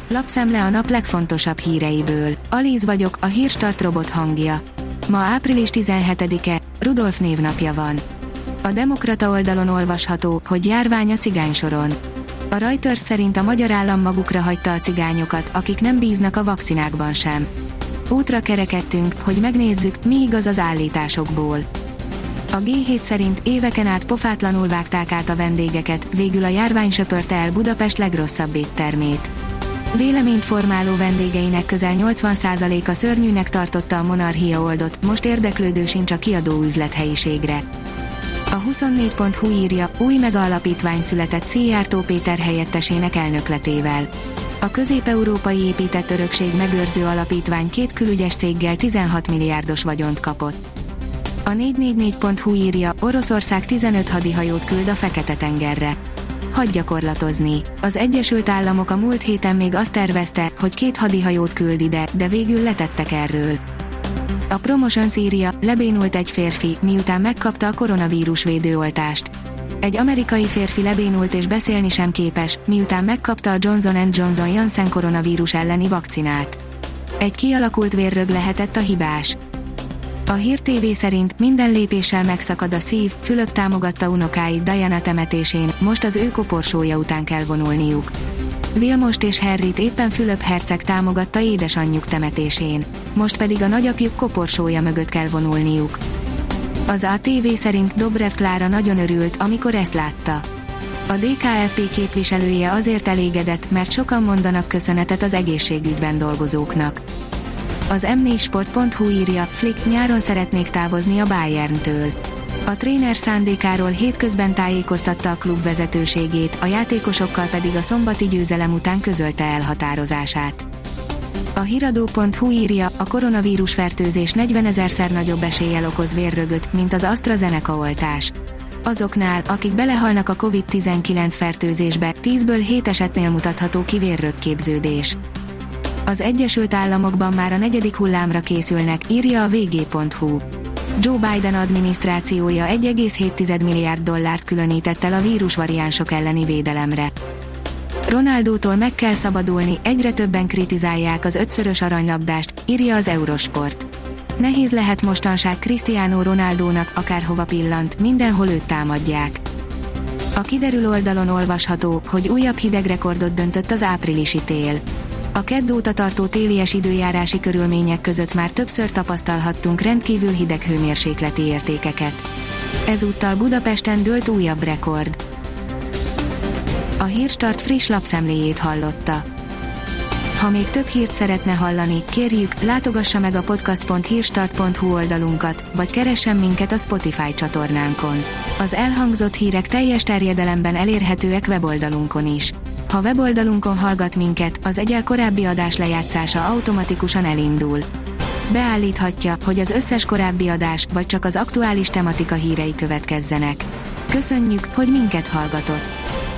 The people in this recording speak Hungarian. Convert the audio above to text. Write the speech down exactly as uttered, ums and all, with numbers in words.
Lapszemle a nap legfontosabb híreiből. Alíz vagyok, a Hírstart robot hangja. Ma április tizenhetedike, Rudolf névnapja van. A Demokrata oldalon olvasható, hogy járvány a cigánysoron. A Reuters szerint a magyar állam magukra hagyta a cigányokat, akik nem bíznak a vakcinákban sem. Útra kerekedtünk, hogy megnézzük, mi igaz az állításokból. A gé hét szerint éveken át pofátlanul vágták át a vendégeket, végül a járvány söpörte el Budapest legrosszabb éttermét. Véleményt formáló vendégeinek közel nyolcvan százaléka szörnyűnek tartotta a Monarchia Oldot, most érdeklődő sincs a kiadó üzlethelyiségre. A huszonnégy pont hu írja, új megaalapítvány született Szijjártó Péter helyettesének elnökletével. A közép-európai épített örökség megőrző alapítvány két külügyes céggel tizenhat milliárdos vagyont kapott. A négy négy négy pont hu írja, Oroszország tizenöt hadihajót küld a Fekete-tengerre. Hadd gyakorlatozni. Az Egyesült Államok a múlt héten még azt tervezte, hogy két hadihajót küld ide, de végül letettek erről. A Promotions írja, lebénult egy férfi, miután megkapta a koronavírus védőoltást. Egy amerikai férfi lebénult és beszélni sem képes, miután megkapta a Johnson and Johnson Janssen koronavírus elleni vakcinát. Egy kialakult vérrög lehetett a hibás. A Hír té vé szerint minden lépéssel megszakad a szív, Fülöp támogatta unokáit Diana temetésén, most az ő koporsója után kell vonulniuk. Vilmost és Harryt éppen Fülöp herceg támogatta édesanyjuk temetésén. Most pedig a nagyapjuk koporsója mögött kell vonulniuk. Az á té vé szerint Dobrev Klára nagyon örült, amikor ezt látta. A dé ká ef pé képviselője azért elégedett, mert sokan mondanak köszönetet az egészségügyben dolgozóknak. Az em négy sport pont hu írja, Flick nyáron szeretnék távozni a Bayerntől. A tréner szándékáról hétközben tájékoztatta a klub vezetőségét, a játékosokkal pedig a szombati győzelem után közölte elhatározását. A hiradó pont hu írja, a koronavírus fertőzés negyvenezerszer nagyobb eséllyel okoz vérrögöt, mint az AstraZeneca oltás. Azoknál, akik belehalnak a kovid tizenkilenc fertőzésbe, tízből hét esetnél mutatható ki vérrögképződés. Az Egyesült Államokban már a negyedik hullámra készülnek, írja a vé gé pont hu. Joe Biden adminisztrációja egy egész hét milliárd dollárt különített el a vírusvariánsok elleni védelemre. Ronaldótól meg kell szabadulni, egyre többen kritizálják az ötszörös aranylabdást, írja az Eurosport. Nehéz lehet mostanság Cristiano Ronaldónak, akárhova pillant, mindenhol őt támadják. A Kiderül oldalon olvasható, hogy újabb hidegrekordot döntött az áprilisi tél. A kedd óta tartó télies időjárási körülmények között már többször tapasztalhattunk rendkívül hideg hőmérsékleti értékeket. Ezúttal Budapesten dőlt újabb rekord. A Hírstart friss lapszemléjét hallotta. Ha még több hírt szeretne hallani, kérjük, látogassa meg a podcast pont hírstart pont hu oldalunkat, vagy keressen minket a Spotify csatornánkon. Az elhangzott hírek teljes terjedelemben elérhetőek weboldalunkon is. Ha weboldalunkon hallgat minket, az egyel korábbi adás lejátszása automatikusan elindul. Beállíthatja, hogy az összes korábbi adás, vagy csak az aktuális tematika hírei következzenek. Köszönjük, hogy minket hallgatott!